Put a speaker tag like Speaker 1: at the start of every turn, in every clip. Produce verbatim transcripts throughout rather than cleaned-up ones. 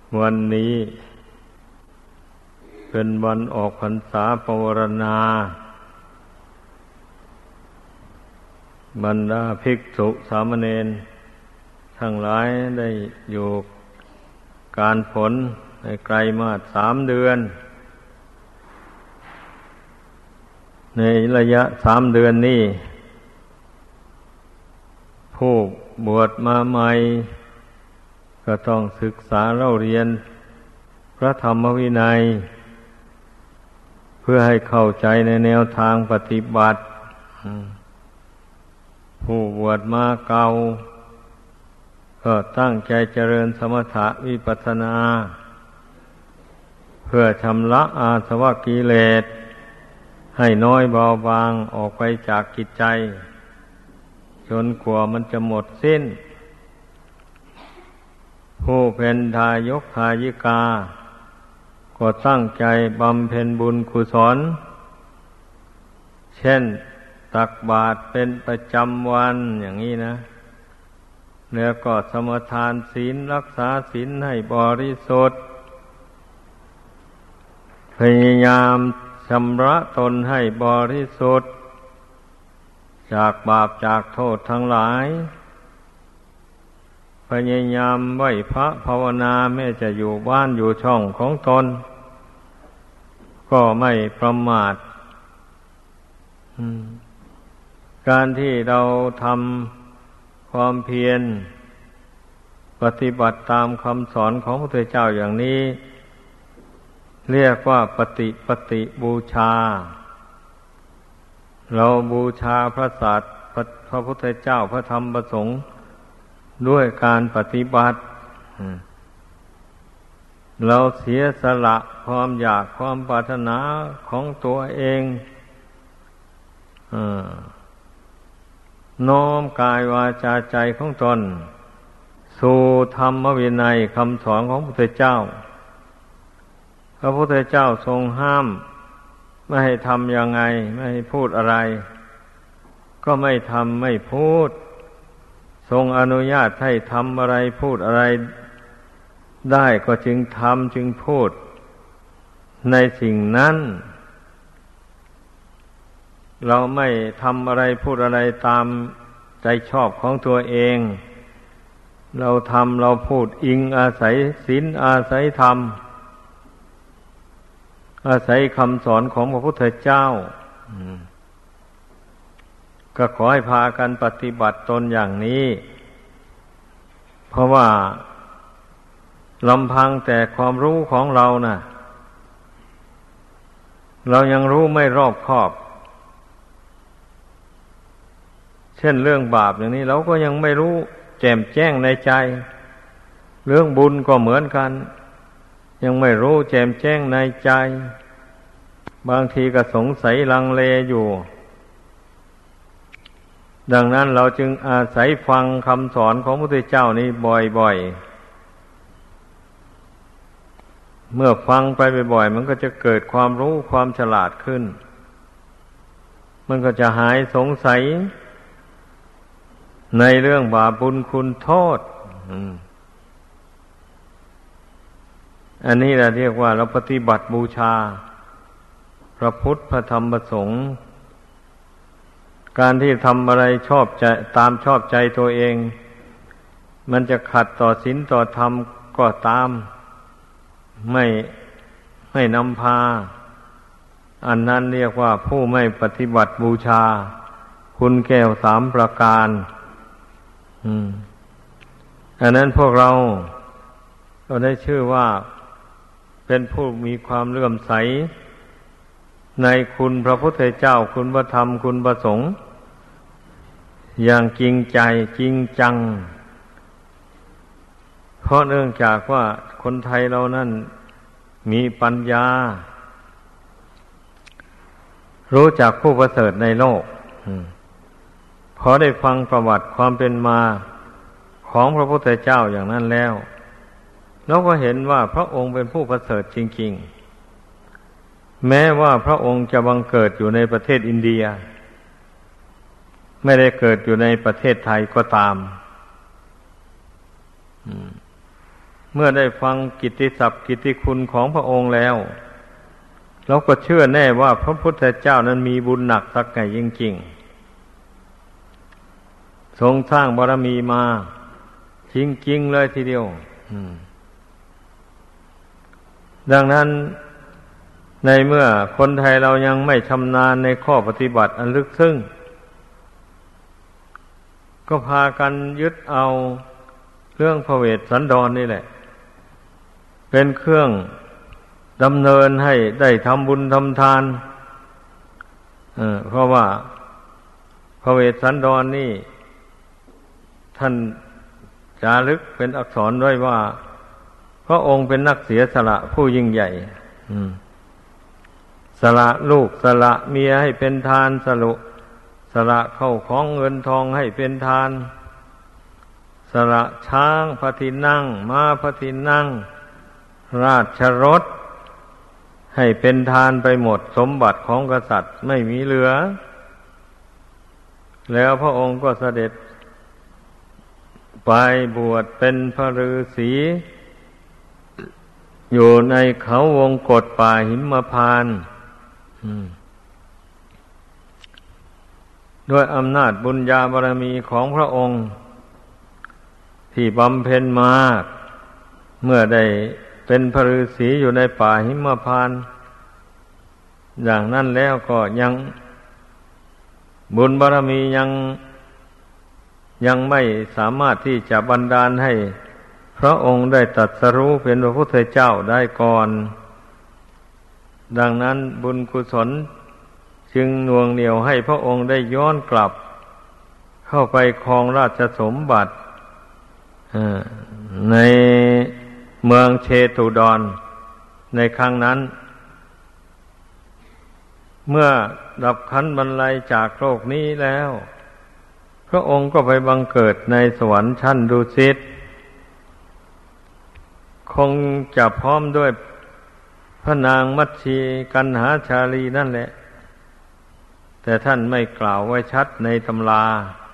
Speaker 1: วันนี้เป็นวันออกพรรษาปวารณาบรรดาภิกษุสามเณรทั้งหลายได้อยู่การผลในไกลมาศสามเดือนในระยะสามเดือนนี้ผู้บวชมาใหม่ก็ต้องศึกษาเล่าเรียนพระธรรมวินัยเพื่อให้เข้าใจในแนวทางปฏิบัติผู้บวชมาเก่าก็ตั้งใจเจริญสมถะวิปัสสนาเพื่อชำระอาสวะกิเลสให้น้อยเบาบางออกไปจากจิตใจจนกว่ามันจะหมดสิ้นผู้เป็นทายกทายิกาก็ตั้งใจบำเพ็ญบุญกุศลเช่นตักบาตรเป็นประจำวันอย่างนี้นะแล้วก็สมทานศีลรักษาศีลให้บริสุทธิ์พยายามชำระตนให้บริสุทธิ์จากบาปจากโทษทั้งหลายพยายามไหว้พระภาวนาแม้จะอยู่บ้านอยู่ช่องของตนก็ไม่ประมาทการที่เราทำความเพียรปฏิบัติตามคำสอนของพระพุทธเจ้าอย่างนี้เรียกว่าปฏิปฏิบูชาเราบูชาพระศาสนาพระพุทธเจ้าพระธรรมพระสงฆ์ด้วยการปฏิบัติเราเสียสละความอยากความปรารถนาของตัวเองน้อมกายวาจาใจของตนสู่ธรรมวินัยคำสอนของพระพุทธเจ้าพระพุทธเจ้าทรงห้ามไม่ให้ทำยังไงไม่ให้พูดอะไรก็ไม่ทำไม่พูดทรงอนุญาตให้ทำอะไรพูดอะไรได้ก็จึงทำจึงพูดในสิ่งนั้นเราไม่ทำอะไรพูดอะไรตามใจชอบของตัวเองเราทำเราพูดอิงอาศัยศีลอาศัยธรรมอาศัยคำสอนของพระพุทธเจ้าก็ขอให้พากันปฏิบัติตนอย่างนี้เพราะว่าลำพังแต่ความรู้ของเราน่ะเรายังรู้ไม่รอบคอบเช่นเรื่องบาปอย่างนี้เราก็ยังไม่รู้แจ่มแจ้งในใจเรื่องบุญก็เหมือนกันยังไม่รู้แจ่มแจ้งในใจบางทีก็สงสัยลังเลอยู่ดังนั้นเราจึงอาศัยฟังคำสอนของพระพุทธเจ้านี้บ่อยๆเมื่อฟังไปบ่อยๆมันก็จะเกิดความรู้ความฉลาดขึ้นมันก็จะหายสงสัยในเรื่องบาปบุญคุณโทษอันนี้เราเรียกว่าเราปฏิบัติบูชาพระพุทธพระธรรมพระสงฆ์การที่ทำอะไรชอบใจตามชอบใจตัวเองมันจะขัดต่อศีลต่อธรรมก็ตามไม่ไม่นำพาอันนั้นเรียกว่าผู้ไม่ปฏิบัติบูชาคุณแก้วสามประการอืมอันนั้นพวกเราก็ได้ชื่อว่าเป็นผู้มีความเลื่อมใสในคุณพระพุทธเจ้าคุณพระธรรมคุณพระสงฆ์อย่างจริงใจจริงจังเพราะเนื่องจากว่าคนไทยเรานั่นมีปัญญารู้จักผู้ประเสริฐในโลกพอได้ฟังประวัติความเป็นมาของพระพุทธเจ้าอย่างนั้นแล้วเราก็เห็นว่าพระองค์เป็นผู้ประเสริฐจริงๆแม้ว่าพระองค์จะบังเกิดอยู่ในประเทศอินเดียไม่ได้เกิดอยู่ในประเทศไทยก็ตามเมื่อได้ฟังกิตติศัพท์กิตติคุณของพระองค์แล้วเราก็เชื่อแน่ว่าพระพุทธเจ้านั้นมีบุญหนักสักไงจริงๆทรงสร้างบารมีมาจริงๆเลยทีเดียวดังนั้นในเมื่อคนไทยเรายังไม่ชำนาญในข้อปฏิบัติอันลึกซึ้งก็พากันยึดเอาเรื่องพระเวสสันดรนี่แหละเป็นเครื่องดำเนินให้ได้ทำบุญทำทานเ, เพราะว่าพระเวสสันดรนี่ท่านจารึกเป็นอักษรไว้ว่าพระองค์เป็นนักเสียสละผู้ยิ่งใหญ่สละลูกสละเมียให้เป็นทานสละสละเข้าของเงินทองให้เป็นทานสละช้างพระที่นั่งม้าพระที่นั่งราชรถให้เป็นทานไปหมดสมบัติของกษัตริย์ไม่มีเหลือแล้วพระองค์ก็เสด็จไปบวชเป็นพระฤาษีอยู่ในเขาวงกฏป่าหิมพานต์ด้วยอำนาจบุญญาบารมีของพระองค์ที่บำเพ็ญมาเมื่อได้เป็นพระฤาษีอยู่ในป่าหิมพานต์อย่างนั้นแล้วก็ยังบุญบารมียังยังไม่สามารถที่จะบันดาลให้พระองค์ได้ตรัสรู้เป็นพระพุทธเจ้าได้ก่อนดังนั้นบุญกุศลจึงหน่วงเหนี่ยวให้พระองค์ได้ย้อนกลับเข้าไปครองราชสมบัติในเมืองเชตุดรในครั้งนั้นเมื่อดับขันธ์บรรลัยจากโลกนี้แล้วพระองค์ก็ไปบังเกิดในสวรรค์ชั้นดุสิตคงจะพร้อมด้วยพระนางมัชชีกันหาชาลีนั่นแหละแต่ท่านไม่กล่าวไว้ชัดในตำรา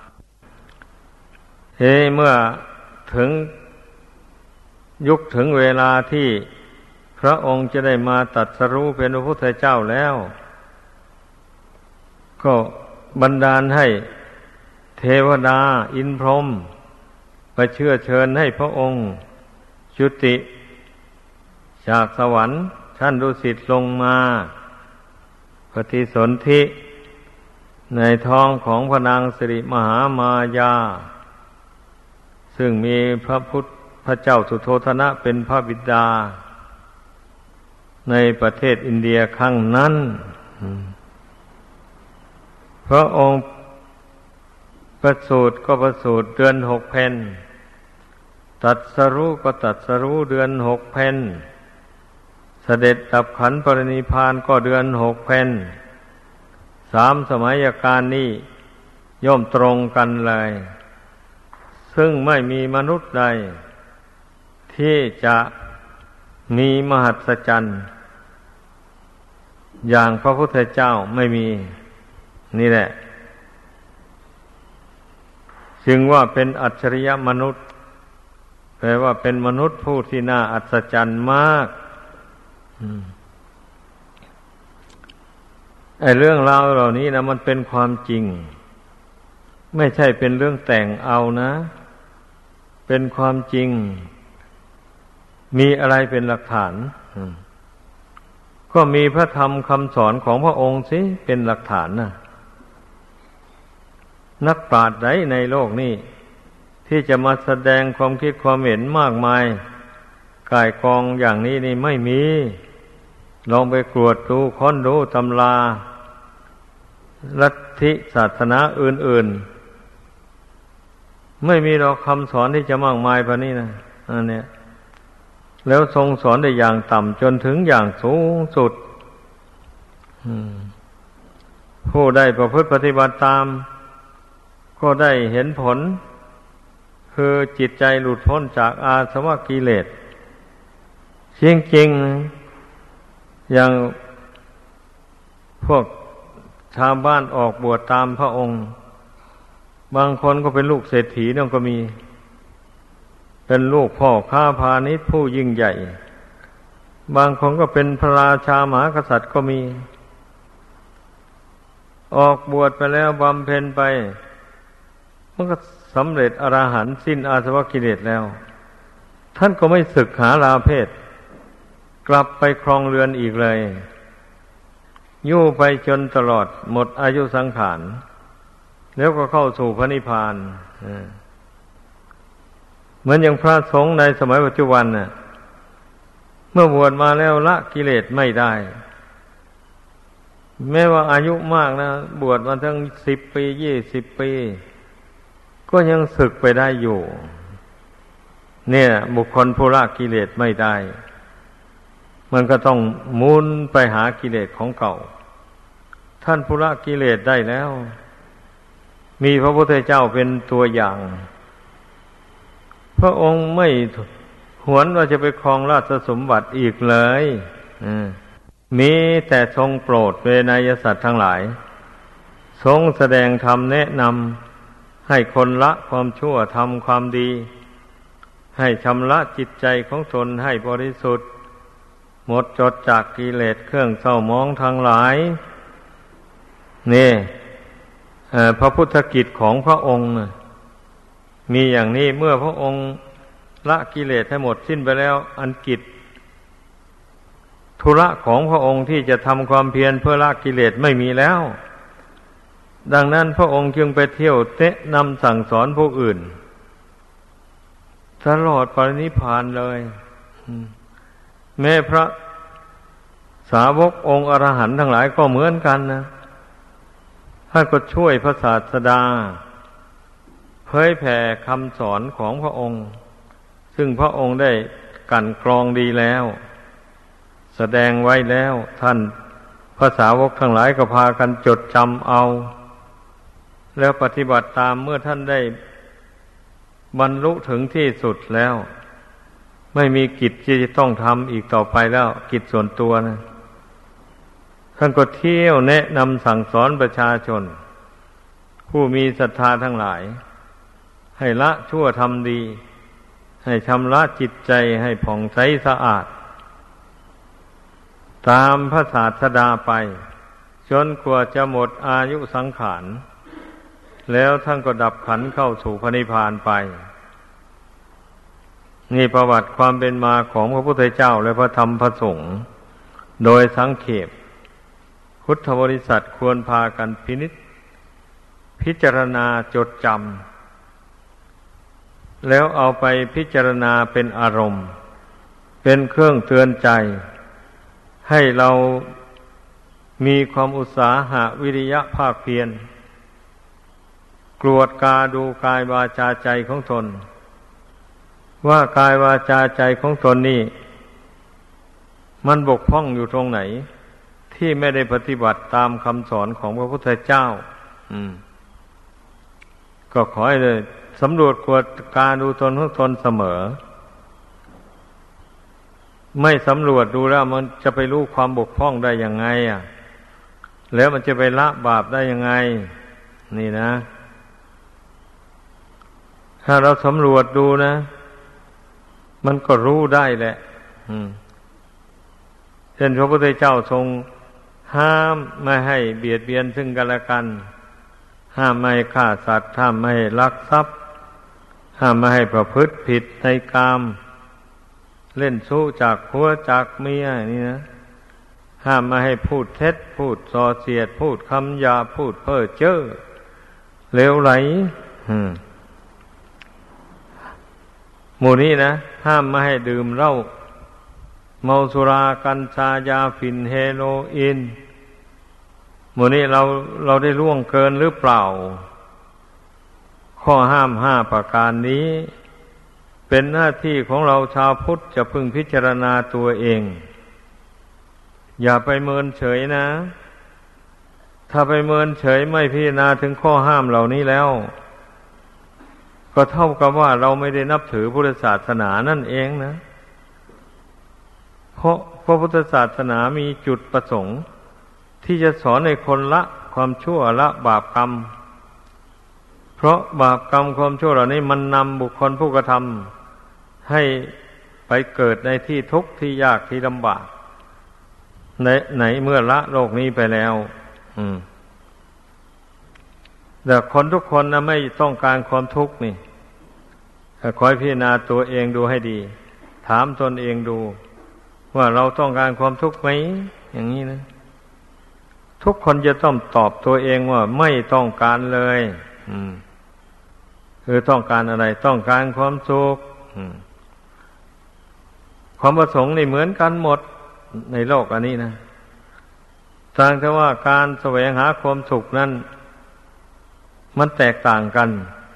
Speaker 1: เฮ้เมื่อถึงยุคถึงเวลาที่พระองค์จะได้มาตรัสรู้เป็นพระพุทธเจ้าแล้วก็บันดาลให้เทวดาอินพรหมไปเชื้อเชิญให้พระองค์จุติจากสวรรค์ชั้นดุสิตลงมาปฏิสนธิในท้องของพระนางสิริมหามายาซึ่งมีพระพุทธพระเจ้าสุโธทนะเป็นพระบิดาในประเทศอินเดียครั้งนั้นพระองค์ประสูติก็ประสูติเดือนหกเพ็ญตรัสรู้ก็ตรัสรู้เดือนหกเพ็ญเสด็จดับขันธ์ปรินิพพานก็เดือนหกเพ็ญสามสมัยการนี้ย่อมตรงกันเลยซึ่งไม่มีมนุษย์ใดที่จะมีมหัศจรรย์อย่างพระพุทธเจ้าไม่มีนี่แหละจึงว่าเป็นอัจฉริยมนุษย์แปลว่าเป็นมนุษย์ผู้ที่น่าอัศจรรย์มากไอ้เรื่องราวเหล่านี้นะมันเป็นความจริงไม่ใช่เป็นเรื่องแต่งเอานะเป็นความจริงมีอะไรเป็นหลักฐานก็มีพระธรรมคำสอนของพระองค์สิเป็นหลักฐานนะนักปราชญ์ใดในโลกนี้ที่จะมาแสดงความคิดความเห็นมากมายก่ายกองอย่างนี้นี่ไม่มีลองไปกรวดดูค้นดูตำราลัทธิศาสนาอื่นๆไม่มีหรอกคำสอนที่จะมากมายพอนี้นะอันเนี้ยแล้วทรงสอนได้อย่างต่ำจนถึงอย่างสูงสุดผู้ได้ประพฤติปฏิบัติตามก็ได้เห็นผลคือจิตใจหลุดพ้นจากอาสวะกิเลสจริงๆอย่างพวกชาวบ้านออกบวชตามพระองค์บางคนก็เป็นลูกเศรษฐีนั่นก็มีไปเป็นลูกพ่อค้าพาณิชย์ผู้ยิ่งใหญ่บางคนก็เป็นพระราชามหากษัตริย์ก็มีออกบวชไปแล้วบำเพ็ญไปมันก็สำเร็จอรหันต์สิ้นอาสวะกิเลสแล้วท่านก็ไม่ศึกหาราเพศกลับไปครองเรือนอีกเลยอยู่ไปจนตลอดหมดอายุสังขารแล้วก็เข้าสู่พระนิพพานเหมือนอย่างพระสงฆ์ในสมัยปัจจุบันน่ะเมื่อบวชมาแล้วละกิเลสไม่ได้แม้ว่าอายุมากนะบวชมาทั้งสิบปียี่สิบปีก็ยังสึกไปได้อยู่เนี่ยบุคคลผู้ละกิเลสไม่ได้มันก็ต้องหมุนไปหากิเลสของเก่าท่านผู้ละกิเลสได้แล้วมีพระพุทธเจ้าเป็นตัวอย่างพระองค์ไม่หวนว่าจะไปครองราชสมบัติอีกเลยมีแต่ทรงโปรดเวนยสัตว์ทั้งหลายทรงแสดงธรรมแนะนำให้คนละความชั่วทำความดีให้ชำระจิตใจของตนให้บริสุทธิ์หมดจดจากกิเลสเครื่องเศร้าหมองทั้งหลายนี่พระพุทธกิจของพระองค์มีอย่างนี้เมื่อพระองค์ละกิเลสให้หมดสิ้นไปแล้วอันกิจธุระของพระองค์ที่จะทำความเพียรเพื่อละกิเลสไม่มีแล้วดังนั้นพระองค์จึงไปเที่ยวแนะนำสั่งสอนผู้อื่นตลอดปรินิพพานเลยแม้พระสาวกองค์อรหันต์ทั้งหลายก็เหมือนกันนะท่านก็ช่วยพระศาสดาเผยแผ่คำสอนของพระองค์ซึ่งพระองค์ได้กลั่นกรองดีแล้วแสดงไว้แล้วท่านพระสาวกทั้งหลายก็พากันจดจำเอาแล้วปฏิบัติตามเมื่อท่านได้บรรลุถึงที่สุดแล้วไม่มีกิจที่จะต้องทำอีกต่อไปแล้วกิจส่วนตัวนะท่านก็เที่ยวแนะนำสั่งสอนประชาชนผู้มีศรัทธาทั้งหลายให้ละชั่วทำดีให้ชำระจิตใจให้ผ่องใสสะอาดตามพระศาสดาไปจนกว่าจะหมดอายุสังขารแล้วท่านก็ดับขันธ์เข้าสู่พระนิพพานไปนี่ประวัติความเป็นมาของพระพุทธเจ้าและพระธรรมพระสงฆ์โดยสังเขปพุทธบริษัทควรพากันพินิจพิจารณาจดจำแล้วเอาไปพิจารณาเป็นอารมณ์เป็นเครื่องเตือนใจให้เรามีความอุตสาหะวิริยะภาคเพียรกรวดกาดูกายวาจาใจของตนว่ากายวาจาใจของตนนี่มันบกพร่องอยู่ตรงไหนที่ไม่ได้ปฏิบัติตามคำสอนของพระพุทธเจ้าอืมก็ขอให้เลยสำรวจกวดกาดูตนของตนเสมอไม่สำรวจดูแล้วมันจะไปรู้ความบกพร่องได้ยังไงอ่ะแล้วมันจะไปละบาปได้ยังไงนี่นะถ้าเราสำรวจดูนะมันก็รู้ได้แหละเช่นพระพุทธเจ้าทรงห้ามไม่ให้เบียดเบียนซึ่งกันและกันห้ามไม่ให้ฆ่าสัตว์ห้ามไม่ให้ลักทรัพย์ห้ามไม่ให้ประพฤติผิดในกามเล่นชู้จากผัวจากเมียนี่นะห้ามไม่ให้พูดเท็จพูดส่อเสียดพูดคำหยาบพูดเพ้อเจ้อเลวไหลหมู่นี้นะห้ามไม่ให้ดื่มเหล้าเมาสุรากัญชายาฝิ่นเฮโรอีนหมู่นี้เราเราได้ล่วงเกินหรือเปล่าข้อห้ามห้าประการนี้เป็นหน้าที่ของเราชาวพุทธจะพึงพิจารณาตัวเองอย่าไปเมินเฉยนะถ้าไปเมินเฉยไม่พิจารณาถึงข้อห้ามเหล่านี้แล้วก็เท่ากับว่าเราไม่ได้นับถือพุทธศาสนานั่นเองนะเพราะพระพุทธศาสนามีจุดประสงค์ที่จะสอนให้คนละความชั่วละบาปกรรมเพราะบาปกรรมความชั่วเหล่านี้มันนำบุคคลผู้กระทให้ไปเกิดในที่ทุกข์ที่ยากที่ลำบากในไหนเมื่อละโลกนี้ไปแล้วอืมแต่คนทุกคนนะไม่ต้องการความทุกข์นี่ขอให้พิจารณาตัวเองดูให้ดีถามตนเองดูว่าเราต้องการความทุกข์ไหมอย่างนี้นะทุกคนจะต้องตอบตัวเองว่าไม่ต้องการเลยอืมคือต้องการอะไรต้องการความสุขอืมความประสงค์นี่เหมือนกันหมดในโลกอันนี้นะต่างแต่ว่าการแสวงหาความสุขนั้นมันแตกต่างกัน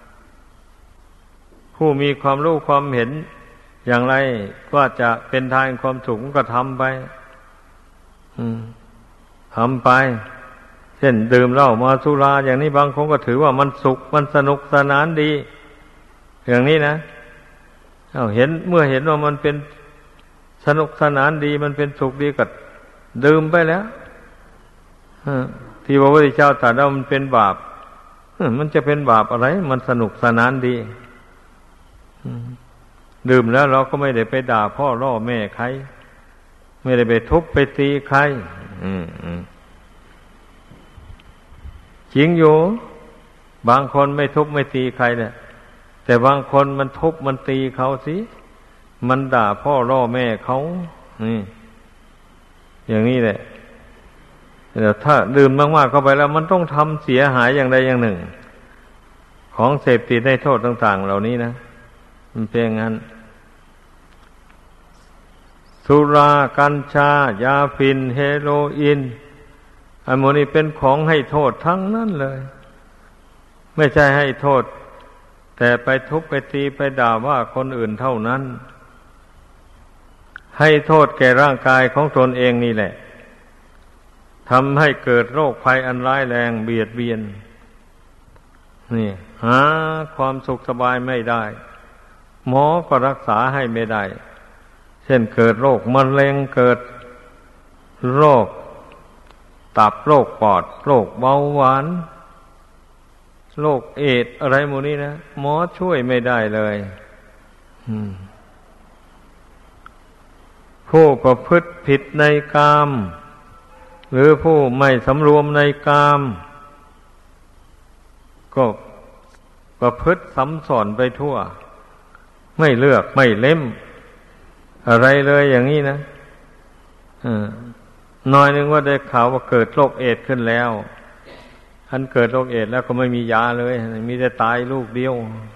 Speaker 1: ผู้มีความรู้ความเห็นอย่างไรว่าจะเป็นทางความสุขก็ทำไปทำไปเช่นดื่มเหล้ามาสุราอย่างนี้บางคนก็ถือว่ามันสุขมันสนุกสนานดีอย่างนี้นะเอาเห็นเมื่อเห็นว่ามันเป็นสนุกสนานดีมันเป็นสุขดีก็ดื่มไปแล้วที่พระพุทธเจ้าตรัสว่ามันเป็นบาปมันจะเป็นบาปอะไรมันสนุกสนานดีดื่มแล้วเราก็ไม่ได้ไปด่าพ่อล่อแม่ใครไม่ได้ไปทุบไปตีใครจริงอยู่บางคนไม่ทุบไม่ตีใครเนี่ยแต่บางคนมันทุบมันตีเขาสิมันด่าพ่อล่อแม่เขานี่อย่างนี้แหละแต่ถ้าดื่มมากๆเข้าไปแล้วมันต้องทำเสียหายอย่างใดอย่างหนึ่งของเสพติดในโทษต่างๆเหล่านี้นะมันเป็นอย่างนั้นสุรากัญชายาฝิ่นเฮโรอีนอันนี้เป็นของให้โทษทั้งนั้นเลยไม่ใช่ให้โทษแต่ไปทุบไปตีไปด่าว่าคนอื่นเท่านั้นให้โทษแก่ร่างกายของตนเองนี่แหละทำให้เกิดโรคภัยอันร้ายแรงเบียดเบียนนี่หาความสุขสบายไม่ได้หมอก็รักษาให้ไม่ได้เช่นเกิดโรคมะเร็งเกิดโรคตับโรคปอดโรคเบาหวานโรคเอดส์อะไรหมดนี้นะหมอช่วยไม่ได้เลยผู้ประพฤติผิดในกามหรือผู้ไม่สำรวมในกามก็ประพฤติซ้ำสอนไปทั่วไม่เลือกไม่เล่มอะไรเลยอย่างนี้นะน้อยนึงว่าได้ข่าวว่าเกิดโรคเอดส์ขึ้นแล้วท่านเกิดโรคเอดส์แล้วก็ไม่มียาเลยมีแต่ตายลูกเดียว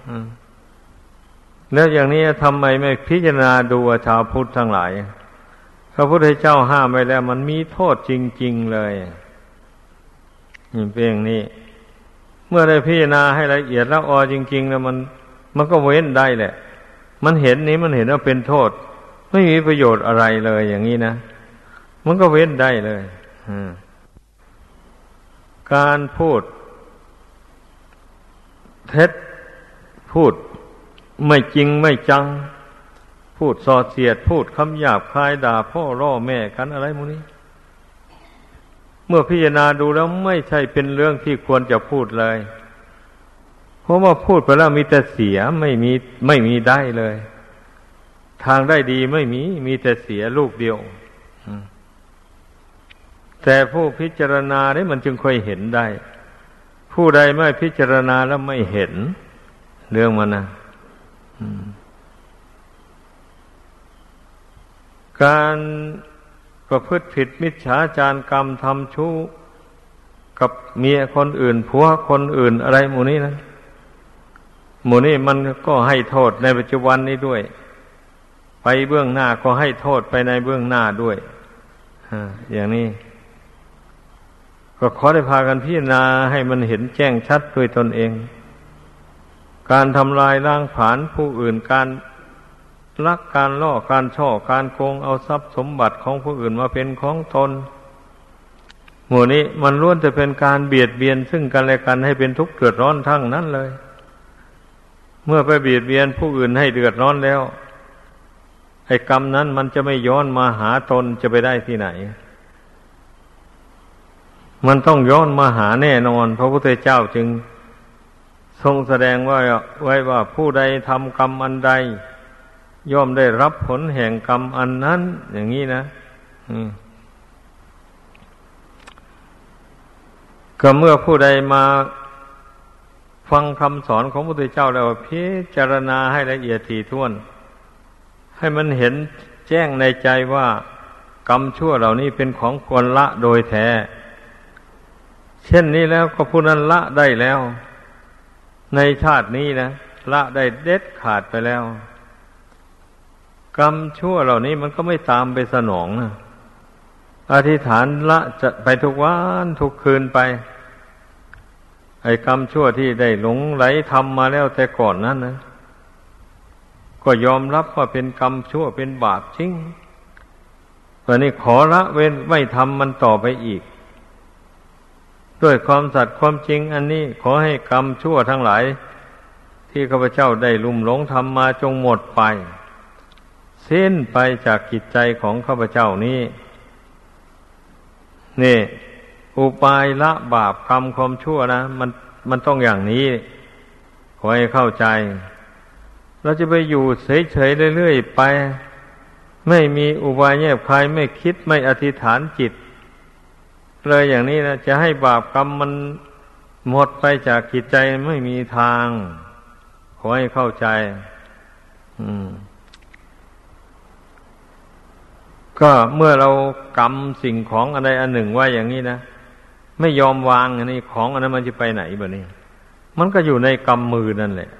Speaker 1: แล้วอย่างนี้ทำไมไม่พิจารณาดูชาวพุทธทั้งหลายพระพุทธเจ้าห้ามไว้แล้วมันมีโทษจริงๆเลยนี่เป็นอย่างนี้เมื่อได้พิจารณาให้ละเอียดแล้วออจริงๆแล้วมันมันก็เว้นได้แหละมันเห็นนี้มันเห็นว่าเป็นโทษไม่มีประโยชน์อะไรเลยอย่างนี้นะมันก็เว้นได้เลยการพูดเท็จพูดไม่จริงไม่จังพูดส่อเสียดพูดคำหยาบคายด่าพ่อล่อแม่กันอะไรพวกนี้เมื่อพิจารณาดูแล้วไม่ใช่เป็นเรื่องที่ควรจะพูดเลยเพราะว่าพูดไปแล้วมีแต่เสียไม่มีไม่มีได้เลยทางได้ดีไม่มีมีแต่เสียลูกเดียวแต่ผู้พิจารณาเนี่ยมันจึงค่อยเห็นได้ผู้ใดไม่พิจารณาแล้วไม่เห็นเรื่องมันนะการประพฤติผิดมิจฉาจารกรรมทำชั่วกับเมียคนอื่นผัวคนอื่นอะไรหมู่นี้นะหมู่นี้มันก็ให้โทษในปัจจุบันนี้ด้วยไปเบื้องหน้าก็ให้โทษไปในเบื้องหน้าด้วยอย่างนี้ก็ขอได้พากันพิจารณาให้มันเห็นแจ้งชัดด้วยตนเองการทำลายล้างผลาญผู้อื่นการลักการล่อการช่อการโกงเอาทรัพย์สมบัติของผู้อื่นมาเป็นของตนหมู่นี้มันล้วนจะเป็นการเบียดเบียนซึ่งกันและกันให้เป็นทุกข์เดือดร้อนทั้งนั้นเลยเมื่อไปเบียดเบียนผู้อื่นให้เดือดร้อนแล้วไอ้กรรมนั้นมันจะไม่ย้อนมาหาตนจะไปได้ที่ไหนมันต้องย้อนมาหาแน่นอนพระพุทธเจ้าจึงทรงแสดงว่าไว้ว่าผู้ใดทำกรรมอันใดย่อมได้รับผลแห่งกรรมอันนั้นอย่างนี้นะก็เมื่อผู้ใดมาฟังคำสอนของพระพุทธเจ้าแล้วพิจารณาให้ละเอียดถี่ถ้วนให้มันเห็นแจ้งในใจว่ากรรมชั่วเหล่านี้เป็นของควรละโดยแท้เช่นนี้แล้วก็ผู้นั้นละได้แล้วในชาตินี้นะละได้เด็ดขาดไปแล้วกรรมชั่วเหล่านี้มันก็ไม่ตามไปสนองนะอธิษฐานละจะไปทุกวันทุกคืนไปไอ้กรรมชั่วที่ได้หลงไหลทำมาแล้วแต่ก่อนนั้นนะก็ยอมรับว่าเป็นกรรมชั่วเป็นบาปจริงวันนี้ขอละเว้นไม่ทำมันต่อไปอีกด้วยความสัตย์ความจริงอันนี้ขอให้กรรมชั่วทั้งหลายที่ข้าพเจ้าได้ลุ่มหลงทำมาจงหมดไปสิ้นไปจากจิตใจของข้าพเจ้านี้นี่อุบายละบาปกรรมความชั่วนะมันมันต้องอย่างนี้ขอให้เข้าใจเราจะไปอยู่เฉยๆเรื่อยๆไปไม่มีอุบายแยบคายไม่คิดไม่อธิษฐานจิตเลยอย่างนี้นะจะให้บาปกรรมมันหมดไปจากจิตใจไม่มีทางขอให้เข้าใจอืมก็เมื่อเรากำสิ่งของอะไรอันหนึ่งไว้อย่างนี้นะไม่ยอมวางอันนี้ของอันนั้นมันจะไปไหนบ่เนี่ยมันก็อยู่ในกำมือนั่นแหละ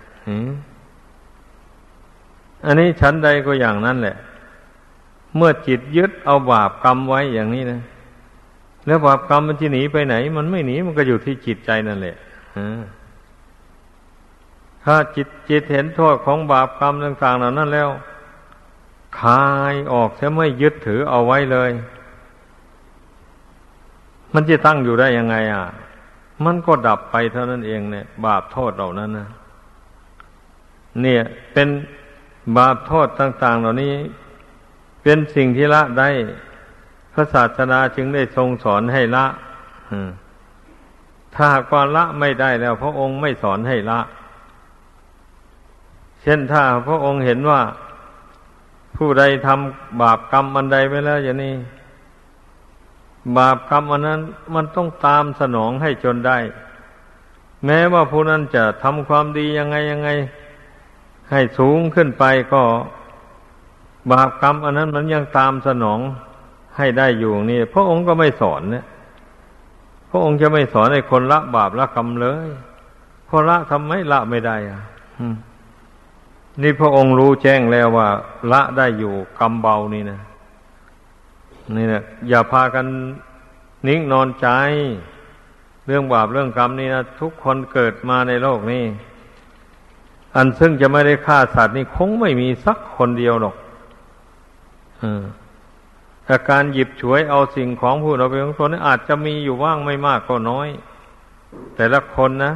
Speaker 1: อันนี้ชั้นใดก็อย่างนั้นแหละเมื่อจิตยึดเอาบาปกรรมไว้อย่างนี้นะแล้วบาปกรรมมันจะหนีไปไหนมันไม่หนีมันก็อยู่ที่จิตใจนั่นแหละถ้าจิตจิตเห็นโทษของบาปกรรมต่างๆเหล่านั้นแล้วคลายออกจะไม่ยึดถือเอาไว้เลยมันจะตั้งอยู่ได้ยังไงอ่ะมันก็ดับไปเท่านั้นเองเนี่ยบาปโทษเหล่านั้นนะเนี่ยเป็นบาปโทษต่างๆเหล่านี้เป็นสิ่งที่ละได้พระศาสนาจึงได้ทรงสอนให้ละถ้าหากว่าละไม่ได้แล้วพระองค์ไม่สอนให้ละเช่นถ้าพระองค์เห็นว่าผู้ใดทำบาปกรรมอันใดไปแล้วอย่างนี้บาปกรรมอันนั้นมันต้องตามสนองให้จนได้แม้ว่าผู้นั้นจะทำความดียังไงยังไงให้สูงขึ้นไปก็บาปกรรมอันนั้นมันยังตามสนองให้ได้อยู่นี่พระองค์ก็ไม่สอนเนี่ยพระองค์จะไม่สอนให้คนละบาปละกรรมเลยเพราะละทำไมละไม่ได้อ่ะนี่พระองค์รู้แจ้งแล้วว่าละได้อยู่กรรมเบานี่นะนี่นะอย่าพากันนิ่งนอนใจเรื่องบาปเรื่องกรรมนี่นะทุกคนเกิดมาในโลกนี้อันซึ่งจะไม่ได้ฆ่าสัตว์นี่คงไม่มีสักคนเดียวหรอกแต่การหยิบฉวยเอาสิ่งของผู้เราเป็นของตนนี่อาจจะมีอยู่บ้างไม่มากก็น้อยแต่ละคนนะ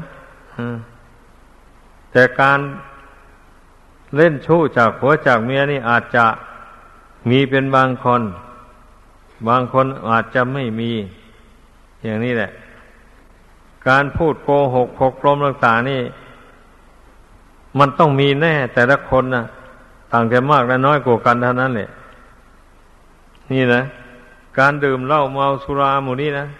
Speaker 1: แต่การเล่นชู้จากผัวจากเมียนี่อาจจะมีเป็นบางคนบางคนอาจจะไม่มีอย่างนี้แหละการพูดโกหกหกลมต่างๆนี่มันต้องมีแน่แต่ละคนนะต่างกันมากและน้อยกว่ากันเท่านั้นแหละนี่นะการดื่มเหล้าเมาสุราหมู่นี้นะ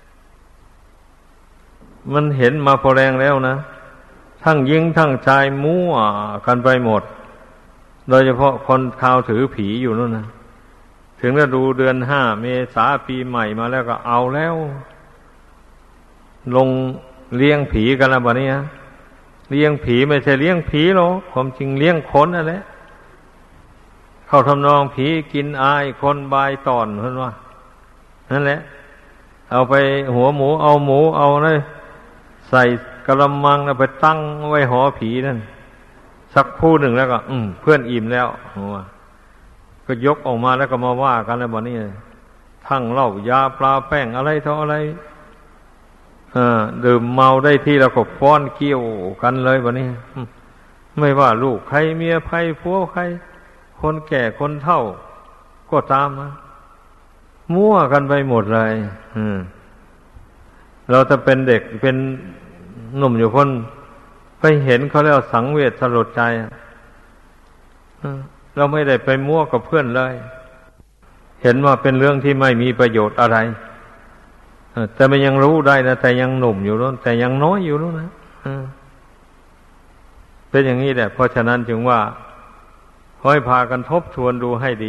Speaker 1: มันเห็นมาพอแรงแล้วนะทั้งหญิงทั้งชายมั่วกันไปหมดโดยเฉพาะคนข่าวถือผีอยู่นั่นนะถึงจะดูเดือนห้าเมษาปีใหม่มาแล้วก็เอาแล้วลงเลี้ยงผีกันแล้วบัดนี้นะเลี้ยงผีไม่ใช่เลี้ยงผีหรอกความจริงเลี้ยงคนนั่นแหละเข้าทำนองผีกินอายคนบายตอนเพิ่นว่านั่นแหละเอาไปหัวหมูเอาหมูเอาเลยใส่กระมังแล้วไปตั้งไว้หอผีนั่นสักคู่หนึ่งแล้วก็อืมเพื่อนอิ่มแล้วว่าก็ยกออกมาแล้วก็มาว่ากันแล้วบัดนี้ทั้งเหล้ายาปลาแป้งอะไรเท่าอะไรอ่าดื่มเมาได้ที่แล้วก็ฟ้อนเกี่ยวกันเลยบัดนี้ไม่ว่าลูกใครเมียใครผัวใครคนแก่คนเฒ่าก็ตามนะมั่วกันไปหมดเลยอืมเราจะเป็นเด็กเป็นหนุ่มอยู่คนไปเห็นเขาแล้วสังเวชสลดใจเราไม่ได้ไปมั่วกับเพื่อนเลยเห็นว่าเป็นเรื่องที่ไม่มีประโยชน์อะไรแต่มันยังรู้ได้นะแต่ยังหนุ่มอยู่นู้นแต่ยังน้อยอยู่นู้นนะเป็นอย่างนี้แหละเพราะฉะนั้นจึงว่าค่อยพากันทบทวนดูให้ดี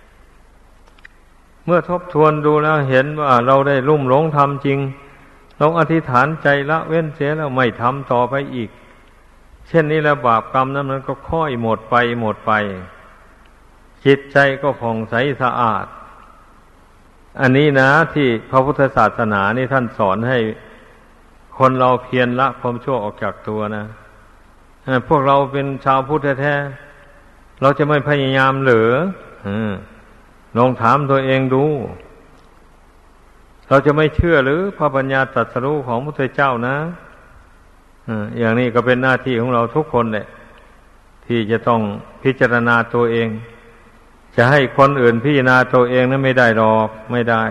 Speaker 1: เมื่อทบทวนดูแล้วเห็นว่าเราได้ลุ่มหลงทำจริงต้องอธิษฐานใจละเว้นเสียแล้วไม่ทำต่อไปอีกเช่นนี้แล้วบาปกรรมนั้นมันก็ค่อยหมดไปหมดไปจิตใจก็ผ่องใสสะอาดอันนี้นะที่พระพุทธศาสนานี่ท่านสอนให้คนเราเพียรละความชั่วออกจากตัวนะพวกเราเป็นชาวพุทธแท้ๆเราจะไม่พยายามหรือลองถามตัวเองดูเราจะไม่เชื่อหรือพระปัญญาตรัสรู้ของพระพุทธเจ้านะอย่างนี้ก็เป็นหน้าที่ของเราทุกคนแหละที่จะต้องพิจารณาตัวเองจะให้คนอื่นพิจารณาตัวเองนั้นไม่ได้หรอกไม่ได้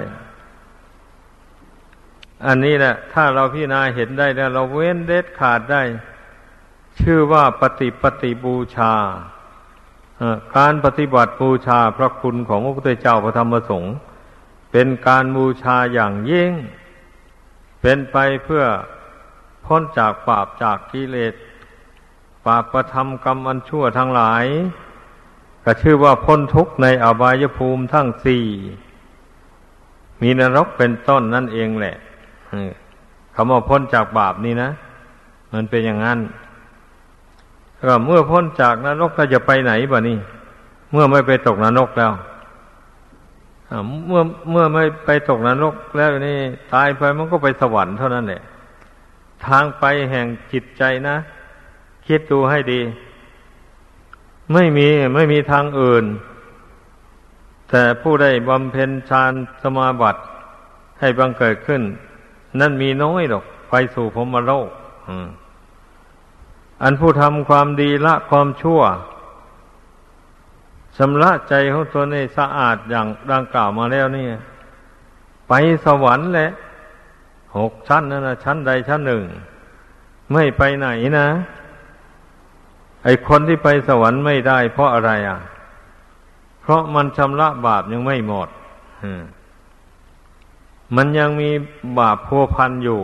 Speaker 1: อันนี้แหละถ้าเราพิจารณาเห็นได้แล้วเราเว้นเด็ดขาดได้ชื่อว่าปฏิปฏิบูชาการปฏิบัติบูชาพระคุณของพระพุทธเจ้าพระธรรมพระสงฆ์เป็นการบูชาอย่างยิ่งเป็นไปเพื่อพ้นจากบาปจากกิเลสบาปประทำกรรมอันชั่วทั้งหลายก็ชื่อว่าพ้นทุกข์ในอบายภูมิทั้งสี่มีนรกเป็นต้นนั่นเองแหละคำว่าพ้นจากบาปนี่นะมันเป็นอย่างนั้นก็เมื่อพ้นจากนรกก็จะไปไหนบ่นี่เมื่อไม่ไปตกนรกแล้วเมื่อเมื่อไม่ไปตกนรกแล้วนี่ตายไปมันก็ไปสวรรค์เท่านั้นแหละทางไปแห่งจิตใจนะคิดดูให้ดีไม่มีไม่มีทางอื่นแต่ผู้ได้บำเพ็ญฌานสมาบัติให้บังเกิดขึ้นนั่นมีน้อยหรอกไปสู่พรหมโลกอันผู้ทำความดีละความชั่วชำระใจของตนให้สะอาดอย่างดังกล่าวมาแล้วนี่ไปสวรรค์แหละหกชั้นนั่นนะชั้นใดชั้นหนึ่งไม่ไปไหนนะไอ้คนที่ไปสวรรค์ไม่ได้เพราะอะไรอ่ะเพราะมันชำระบาปยังไม่หมดมันยังมีบาปพัวพันอยู่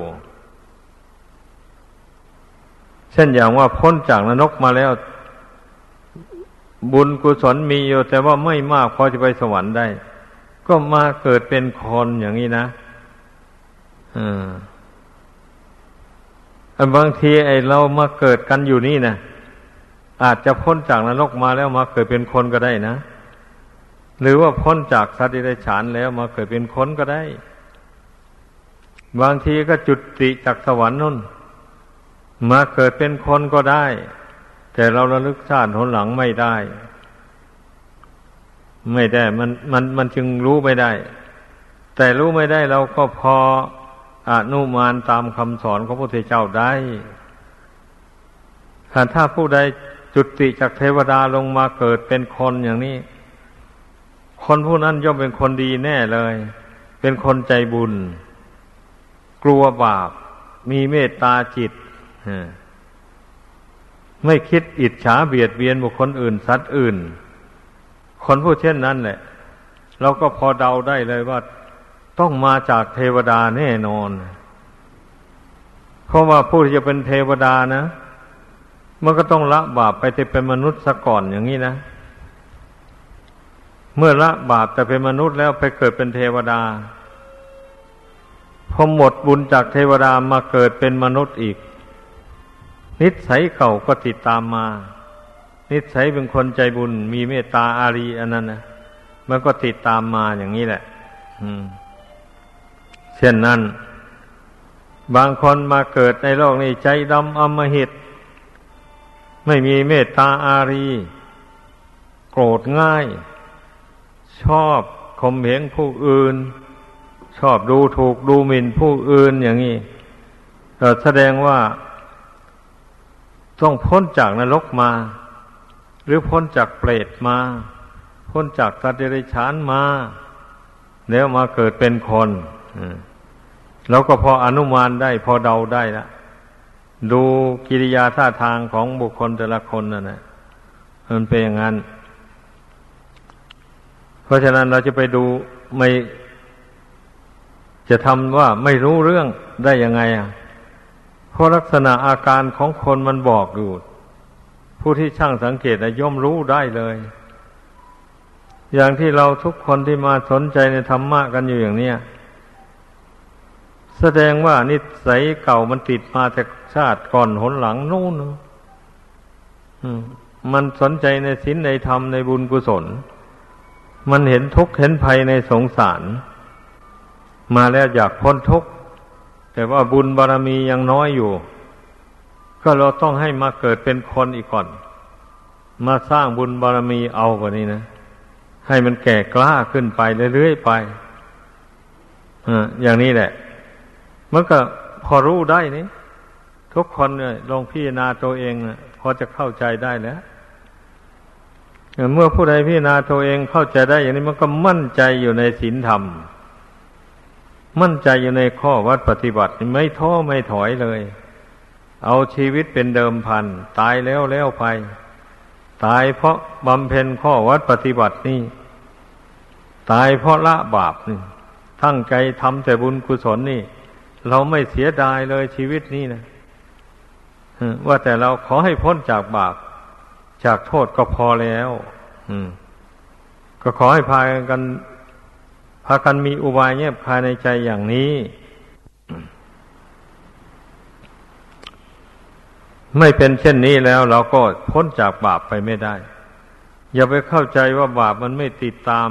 Speaker 1: เช่นอย่างว่าพ้นจากนรกมาแล้วบุญกุศลมีอยู่แต่ว่าไม่มากพอจะไปสวรรค์ได้ก็มาเกิดเป็นคนอย่างนี้นะอ่าบางทีไอ้เรามาเกิดกันอยู่นี่นะอาจจะพ้นจากนรกมาแล้วมาเกิดเป็นคนก็ได้นะหรือว่าพ้นจากสัตว์เดรัจฉานแล้วมาเกิดเป็นคนก็ได้บางทีก็จุติจากสวรรค์นู่นมาเกิดเป็นคนก็ได้แต่เราระลึกชาติหนหลังไม่ได้ไม่ได้มันมันมันจึงรู้ไม่ได้แต่รู้ไม่ได้เราก็พออนุมานตามคำสอนของพระพุทธเจ้าได้ถ้าผู้ใดจุติจากเทวดาลงมาเกิดเป็นคนอย่างนี้คนผู้นั้นย่อมเป็นคนดีแน่เลยเป็นคนใจบุญกลัวบาปมีเมตตาจิตไม่คิดอิจฉาเบียดเบียนบุคคลอื่นสัตว์อื่นคนผู้เช่นนั้นแหละเราก็พอเดาได้เลยว่าต้องมาจากเทวดาแน่นอนเพราะว่าผู้ที่จะเป็นเทวดานะมันก็ต้องละบาปไปแต่เป็นมนุษย์ซะก่อนอย่างนี้นะเมื่อละบาปแต่เป็นมนุษย์แล้วไปเกิดเป็นเทวดาพอหมดบุญจากเทวดามาเกิดเป็นมนุษย์อีกนิสัยเก่าก็ติดตามมานิสัยเป็นคนใจบุญมีเมตตาอารีอันนั้นนะมันก็ติดตามมาอย่างนี้แหละเช่นนั้นบางคนมาเกิดในโลกนี้ใจดำอำมหิตไม่มีเมตตาอารีโกรธง่ายชอบข่มเหงผู้อื่นชอบดูถูกดูหมิ่นผู้อื่นอย่างนี้แสดงว่าต้องพ้นจากนรกมาหรือพ้นจากเปรตมาพ้นจากสัตว์เดรัจฉานมาแล้วมาเกิดเป็นคนเราก็พออนุมานได้พอเดาได้ละดูกิริยาท่าทางของบุคคลแต่ละคนนั่นแหละมันเป็นอย่างนั้นเพราะฉะนั้นเราจะไปดูไม่จะทำว่าไม่รู้เรื่องได้ยังไงอ่ะเพราะลักษณะอาการของคนมันบอกอยู่ผู้ที่ช่างสังเกตย่อมรู้ได้เลยอย่างที่เราทุกคนที่มาสนใจในธรรมะกันอยู่อย่างเนี้ยแสดงว่านิสัยเก่ามันติดมาแต่ชาติก่อนหนหลังนู่นมันสนใจในศีลในธรรมในบุญกุศลมันเห็นทุกข์เห็นภัยในสงสารมาแล้วอยากพ้นทุกข์แต่ว่าบุญบารมียังน้อยอยู่ก็เราต้องให้มาเกิดเป็นคนอีกก่อนมาสร้างบุญบารมีเอากว่านี้นะให้มันแก่กล้าขึ้นไปเรื่อยๆไปอ่าอย่างนี้แหละมันก็พอรู้ได้นี่ทุกคนเนี่ยลองพิจารณาตัวเองนะพอจะเข้าใจได้แล้วเมื่อผู้ใดพิจารณาตัวเองเข้าใจได้อย่างนี้มันก็มั่นใจอยู่ในศีลธรรมมั่นใจอยู่ในข้อวัดปฏิบัติไม่ท้อไม่ถอยเลยเอาชีวิตเป็นเดิมพันตายแล้วแล้วไปตายเพราะบำเพ็ญข้อวัดปฏิบัตินี่ตายเพราะละบาปนี่ตั้งใจทำแต่บุญกุศลนี่เราไม่เสียดายเลยชีวิตนี้นะว่าแต่เราขอให้พ้นจากบาปจากโทษก็พอแล้วก็ขอให้พากันพากันมีอุบายแยบคายในใจอย่างนี้ไม่เป็นเช่นนี้แล้วเราก็พ้นจากบาปไปไม่ได้อย่าไปเข้าใจว่าบาปมันไม่ติดตาม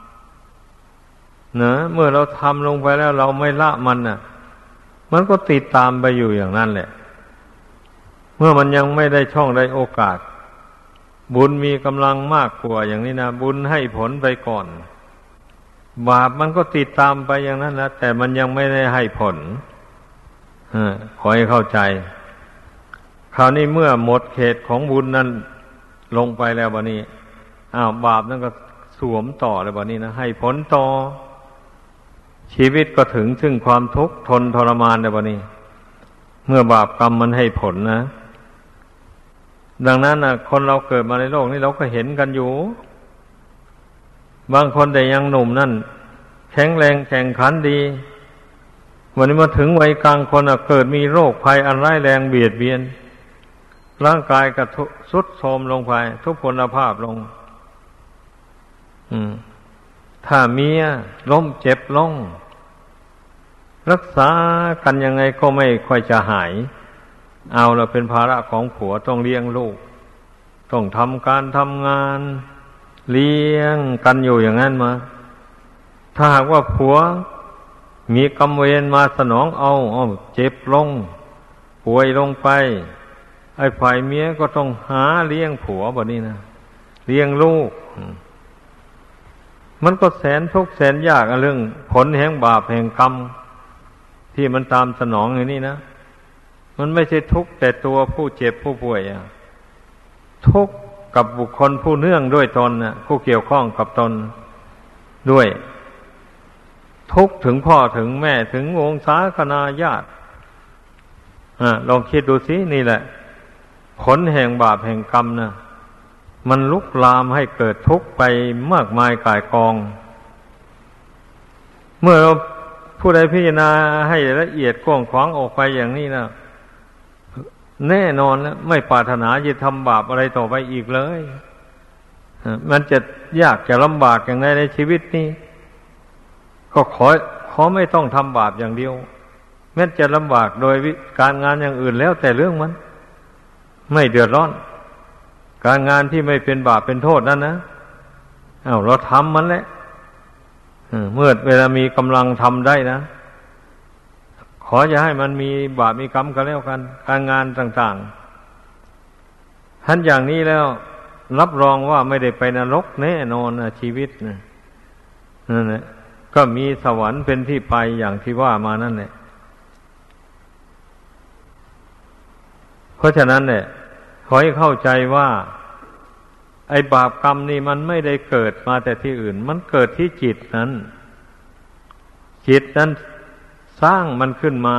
Speaker 1: นะเมื่อเราทำลงไปแล้วเราไม่ละมันน่ะมันก็ติดตามไปอยู่อย่างนั้นแหละเมื่อมันยังไม่ได้ช่องได้โอกาสบุญมีกำลังมากกว่าอย่างนี้นะบุญให้ผลไปก่อนบาปมันก็ติดตามไปอย่างนั้นนะแต่มันยังไม่ได้ให้ผลขอให้เข้าใจคราวนี้เมื่อหมดเขตของบุญนั้นลงไปแล้วบัดนี้อ้าวบาปนั้นก็สวมต่อแล้วบัดนี้นะให้ผลต่อชีวิตก็ถึงซึ่งความทุกข์ทนทรมานแล้วบัดนี้เมื่อบาปกรรมมันให้ผลนะดังนั้นนะคนเราเกิดมาในโลกนี้เราก็เห็นกันอยู่บางคนแต่ยังหนุ่มนั่นแข็งแรงแข่งขันดีวันนี้มาถึงวัยกลางคนเกิดมีโรคภัยอันร้ายแรงเบียดเบียนร่างกายก็ทรุดโทรมลงไปทุพพลภาพลงถ้าเมียล้มเจ็บลงรักษากันยังไงก็ไม่ค่อยจะหายเอาละเป็นภาระของผัวต้องเลี้ยงลูกต้องทำการทำงานเลี้ยงกันอยู่อย่างนั้นมาถ้าหากว่าผัวมีกรรมเวรมาสนองเอาเอาเจ็บลงป่วยลงไปไอ้ฝ่ายเมียก็ต้องหาเลี้ยงผัวแบบนี้นะเลี้ยงลูกมันก็แสนทุกข์แสนยากเรื่องผลแห่งบาปแห่งกรรมที่มันตามสนองอย่างนี้นะมันไม่ใช่ทุกข์แต่ตัวผู้เจ็บผู้ป่วยอ่ะทุกข์กับบุคคลผู้เนื่องด้วยตนน่ะผู้เกี่ยวข้องกับตนด้วยทุกข์ถึงพ่อถึงแม่ถึงวงศาคณาญาติอ่ะลองคิดดูสินี่แหละผลแห่งบาปแห่งกรรมนะมันลุกลามให้เกิดทุกข์ไปมากมายก่ายกองเมื่อเราผู้ใดพิจารณาให้ละเอียดกว้างขวางออกไปอย่างนี้นะแน่นอนแล้วไม่ปรารถนาจะทำบาปอะไรต่อไปอีกเลยมันจะยากจะลำบากอย่างไรในชีวิตนี้ก็ขอขอไม่ต้องทำบาปอย่างเดียวแม้จะลำบากโดยการงานอย่างอื่นแล้วแต่เรื่องมันไม่เดือดร้อนการงานที่ไม่เป็นบาปเป็นโทษนั่นนะอ้าวเราทำมันแหละเมื่อเวลามีกำลังทำได้นะขออย่าให้มันมีบาปมีกรรมกันแล้วกันการงานต่างๆท่านอย่างนี้แล้วรับรองว่าไม่ได้ไปนรกแน่นอนนะชีวิตนะนั่นแหละก็มีสวรรค์เป็นที่ไปอย่างที่ว่ามานั่นแหละเพราะฉะนั้นเนี่ยขอให้เข้าใจว่าไอ้บาปกรรมนี่มันไม่ได้เกิดมาแต่ที่อื่นมันเกิดที่จิตนั้นจิตนั้นสร้างมันขึ้นมา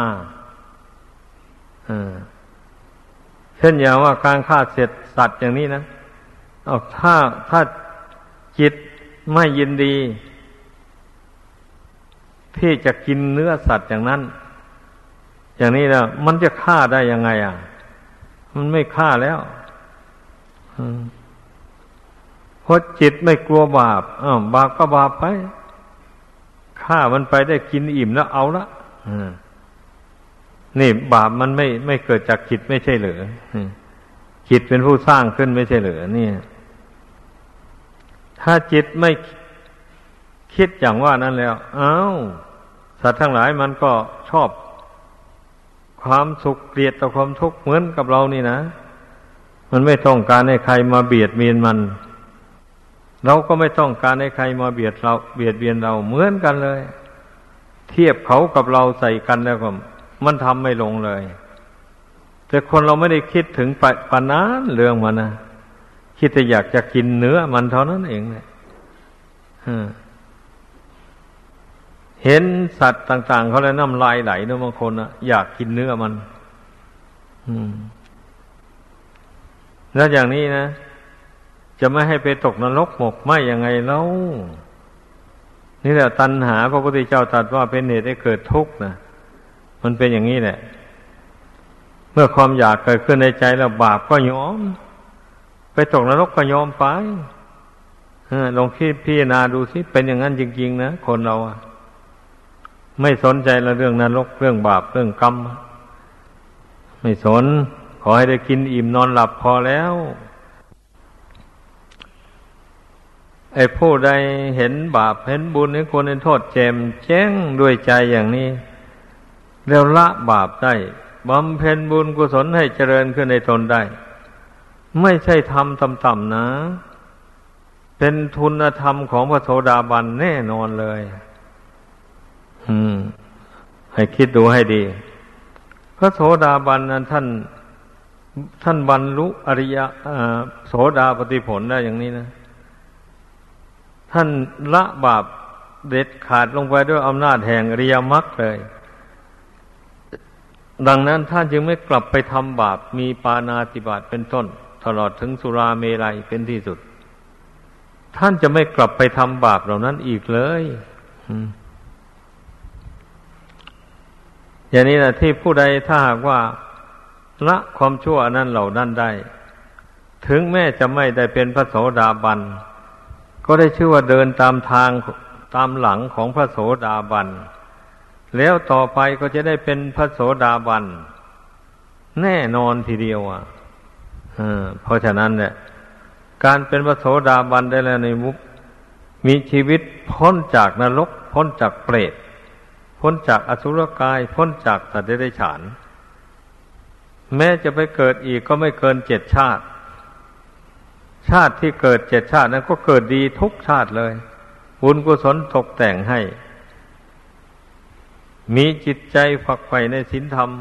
Speaker 1: เช่นอย่างว่าการฆ่าเสร็จสัตว์อย่างนี้นะเอาถ้าถ้าจิตไม่ยินดีที่จะกินเนื้อสัตว์อย่างนั้นอย่างนี้แล้วมันจะฆ่าได้ยังไงอ่ะมันไม่ฆ่าแล้วเพราะจิตไม่กลัวบาปอ้าวบาปก็บาปไปฆ่ามันไปได้กินอิ่มแล้วเอาละนี่บาปมันไม่ไม่เกิดจากจิตไม่ใช่เหรอจิตเป็นผู้สร้างขึ้นไม่ใช่เหรอเนี่ยถ้าจิตไม่คิดอย่างว่านั้นแล้วอ้าวสัตว์ทั้งหลายมันก็ชอบความสุขเกลียดต่อความทุกข์เหมือนกับเรานี่นะมันไม่ต้องการให้ใครมาเบียดเบียนมันเราก็ไม่ต้องการให้ใครมาเบียดเราเบียดเบียนเราเหมือนกันเลยเทียบเขากับเราใส่กันแล้วก็มันทำไม่ลงเลยแต่คนเราไม่ได้คิดถึงปานนั้นเรื่องมันนะคิดแต่อยากจะกินเนื้อมันเท่านั้นเองเนี่ยเห็นสัตว์ต่างๆเขาแล้วน้ำลายไหลเนอะบางคนนะอยากกินเนื้อมันแล้วอย่างนี้นะจะไม่ให้ไปตกนรกหมกไหมยังไงเล่านี่แหละตัณหาพระพุทธเจ้าตรัสว่าเป็นเหตุให้เกิดทุกข์นะมันเป็นอย่างนี้แหละเมื่อความอยากเกิดขึ้นในใจแล้วบาปก็ยอมไปตกนรกก็ยอมไปลองคิดพิจารณาดูสิเป็นอย่างนั้นจริงๆนะคนเราอะไม่สนใจละเรื่องนรกเรื่องบาปเรื่องกรรมไม่สนขอให้ได้กินอิ่มนอนหลับพอแล้วไอ้ผู้ใดเห็นบาปเห็นบุญเห็นคุณเห็นโทษแจ่มแจ้งด้วยใจอย่างนี้แล้วละบาปได้บำเพ็ญบุญกุศลให้เจริญขึ้นในตนได้ไม่ใช่ทำต่ำๆนะเป็นทุนธรรมของพระโสดาบันแน่นอนเลยอืมให้คิดดูให้ดีพระโสดาบันนั้นท่านท่านบรรลุอริยโสดาปัตติผลได้อย่างนี้นะท่านละบาปเด็ดขาดลงไปด้วยอำนาจแห่งอริยมรรคเลยดังนั้นท่านจึงไม่กลับไปทำบาปมีปาณาติบาตเป็นต้นตลอดถึงสุราเมรัยเป็นที่สุดท่านจะไม่กลับไปทำบาปเหล่านั้นอีกเลยอย่างนี้นะที่ผู้ใดถ้าหากว่าละความชั่วนั้นเหล่านั้นได้ถึงแม้จะไม่ได้เป็นพระโสดาบันก็ได้ชื่อว่าเดินตามทางตามหลังของพระโสดาบันแล้วต่อไปก็จะได้เป็นพระโสดาบันแน่นอนทีเดียวอ่ะเพราะฉะนั้นเนี่ยการเป็นพระโสดาบันได้แล้วในมุกมีชีวิตพ้นจากนรกพ้นจากเปรตพ้นจากอสุรกายพ้นจากสัตว์เดรัจฉานแม้จะไปเกิดอีกก็ไม่เกินเจ็ดชาติชาติที่เกิดเจ็ดชาตินั้นก็เกิดดีทุกชาติเลยบุญกุศลตกแต่งให้มีจิตใจฝักใฝ่ในศีลธรรม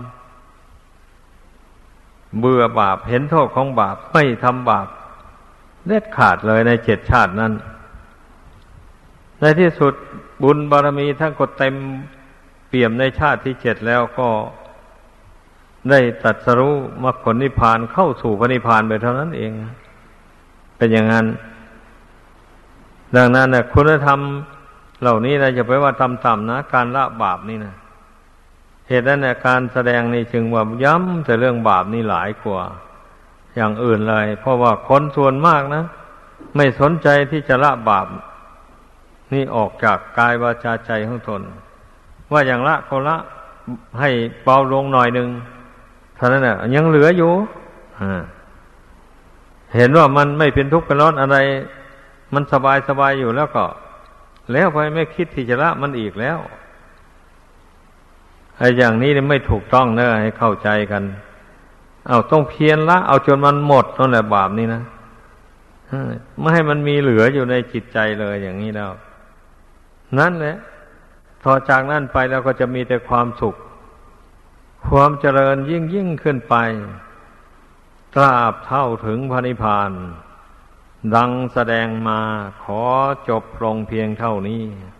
Speaker 1: เบื่อบาปเห็นโทษของบาปไม่ทำบาปเด็ดขาดเลยในเจ็ดชาตินั้นในที่สุดบุญบารมีท่านก็เต็มเปี่ยมในชาติที่เจ็ดแล้วก็ได้ตรัสรู้มรรคผลนิพพานเข้าสู่พระนิพพานไปเท่านั้นเองเป็นอย่างนั้นดังนั้นนะคุณธรรมเหล่านี้นะจะไปว่าต่ำๆนะการละบาปนี่นะเหตุนั้นนะการแสดงนี่จึงว่าย้ำแต่เรื่องบาปนี่หลายกว่าอย่างอื่นเลยเพราะว่าคนส่วนมากนะไม่สนใจที่จะละบาปนี่ออกจากกายวาจาใจของตนว่าอย่างละก็ละให้เบาลงหน่อยหนึ่งเท่านั้นน่ะยังเหลืออยู่เห็นว่ามันไม่เป็นทุกข์เป็นร้อนอะไรมันสบายสบายอยู่แล้วก็แล้วไปไม่คิดที่จะละมันอีกแล้วไอ้อย่างนี้ไม่ถูกต้องเนอะให้เข้าใจกันเอาต้องเพียรละเอาจนมันหมดนั่นแหละบาปนี่นะไม่ให้มันมีเหลืออยู่ในจิตใจเลยอย่างนี้แล้วนั่นแหละต่อจากนั้นไปแล้วก็จะมีแต่ความสุขความเจริญยิ่งยิ่งขึ้นไปตราบเท่าถึงพระนิพพานดังแสดงมาขอจบลงเพียงเท่านี้